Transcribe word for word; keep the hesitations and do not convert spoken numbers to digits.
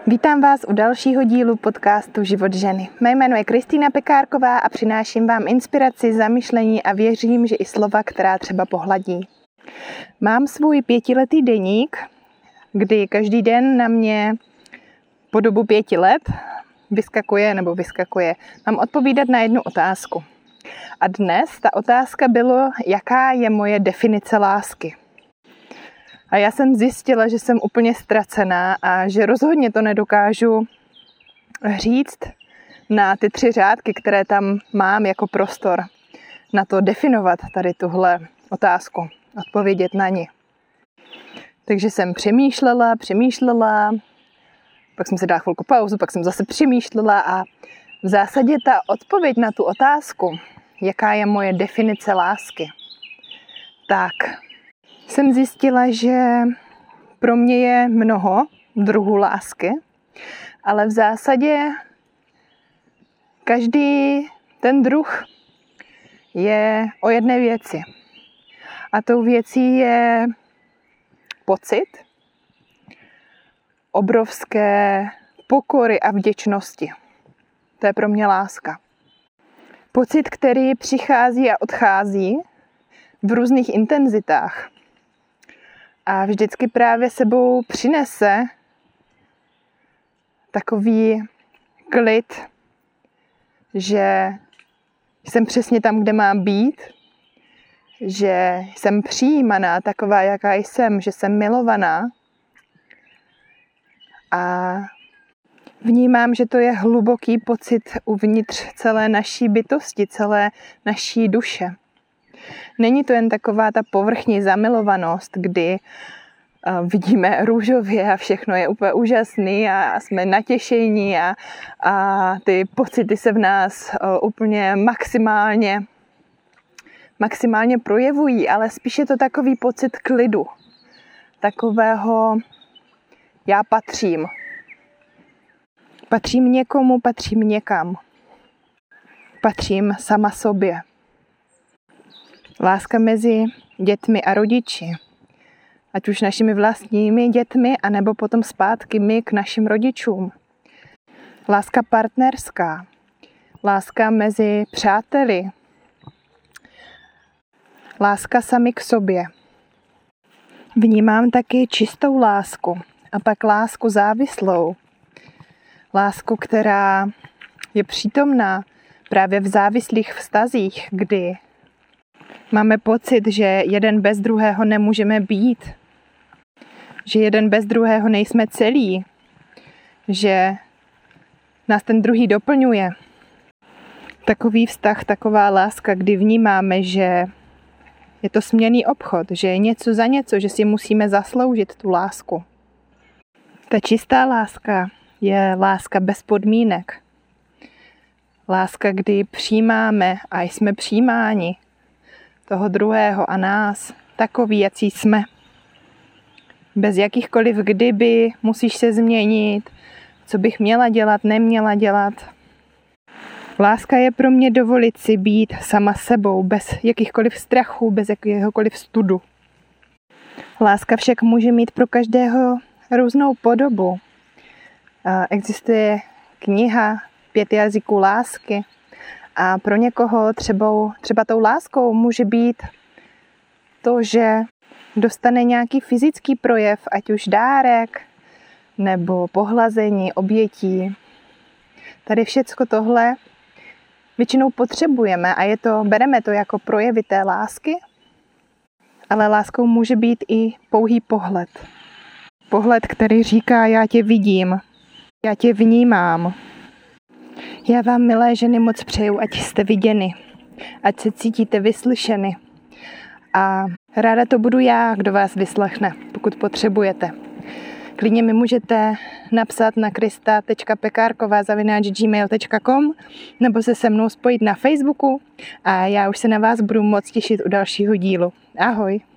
Vítám vás u dalšího dílu podcastu Život ženy. Mé jméno je Kristýna Pekárková a přináším vám inspiraci, zamyšlení a věřím, že i slova, která třeba pohladí. Mám svůj pětiletý deník, kdy každý den na mě po dobu pěti let vyskakuje nebo vyskakuje. Mám odpovídat na jednu otázku. A dnes ta otázka bylo, jaká je moje definice lásky. A já jsem zjistila, že jsem úplně ztracená a že rozhodně to nedokážu říct na ty tři řádky, které tam mám jako prostor na to definovat tady tuhle otázku, odpovědět na ni. Takže jsem přemýšlela, přemýšlela, pak jsem si dala chvilku pauzu, pak jsem zase přemýšlela a v zásadě ta odpověď na tu otázku, jaká je moje definice lásky, tak jsem zjistila, že pro mě je mnoho druhů lásky, ale v zásadě každý ten druh je o jedné věci. A tou věcí je pocit obrovské pokory a vděčnosti. To je pro mě láska. Pocit, který přichází a odchází v různých intenzitách. A vždycky právě sebou přinese takový klid, že jsem přesně tam, kde mám být, že jsem přijímaná taková, jaká jsem, že jsem milovaná. A vnímám, že to je hluboký pocit uvnitř celé naší bytosti, celé naší duše. Není to jen taková ta povrchní zamilovanost, kdy vidíme růžově a všechno je úplně úžasný a jsme natěšení a, a ty pocity se v nás úplně maximálně, maximálně projevují, ale spíš je to takový pocit klidu, takového já patřím. Patřím někomu, patřím někam. Patřím sama sobě. Láska mezi dětmi a rodiči, ať už našimi vlastními dětmi, anebo potom zpátky my k našim rodičům. Láska partnerská, láska mezi přáteli, láska sami k sobě. Vnímám taky čistou lásku a pak lásku závislou. Lásku, která je přítomná právě v závislých vztazích, kdy máme pocit, že jeden bez druhého nemůžeme být, že jeden bez druhého nejsme celí, že nás ten druhý doplňuje. Takový vztah, taková láska, kdy vnímáme, že je to směnný obchod, že je něco za něco, že si musíme zasloužit tu lásku. Ta čistá láska je láska bez podmínek. Láska, kdy přijímáme a jsme přijímáni toho druhého a nás, takový, jací jsme. Bez jakýchkoliv kdyby, musíš se změnit, co bych měla dělat, neměla dělat. Láska je pro mě dovolit si být sama sebou, bez jakýchkoliv strachů, bez jakéhokoliv studu. Láska však může mít pro každého různou podobu. Existuje kniha Pět jazyků lásky a pro někoho třeba, třeba tou láskou může být to, že dostane nějaký fyzický projev, ať už dárek, nebo pohlazení, obětí. Tady všecko tohle většinou potřebujeme a je to, bereme to jako projevy té lásky, ale láskou může být i pouhý pohled. Pohled, který říká, já tě vidím, já tě vnímám. Já vám, milé ženy, moc přeju, ať jste viděny, ať se cítíte vyslyšeny. A ráda to budu já, kdo vás vyslechne, pokud potřebujete. Klidně mi můžete napsat na krista tečka pekárková zavináč gmail tečka com nebo se se mnou spojit na Facebooku a já už se na vás budu moc těšit u dalšího dílu. Ahoj!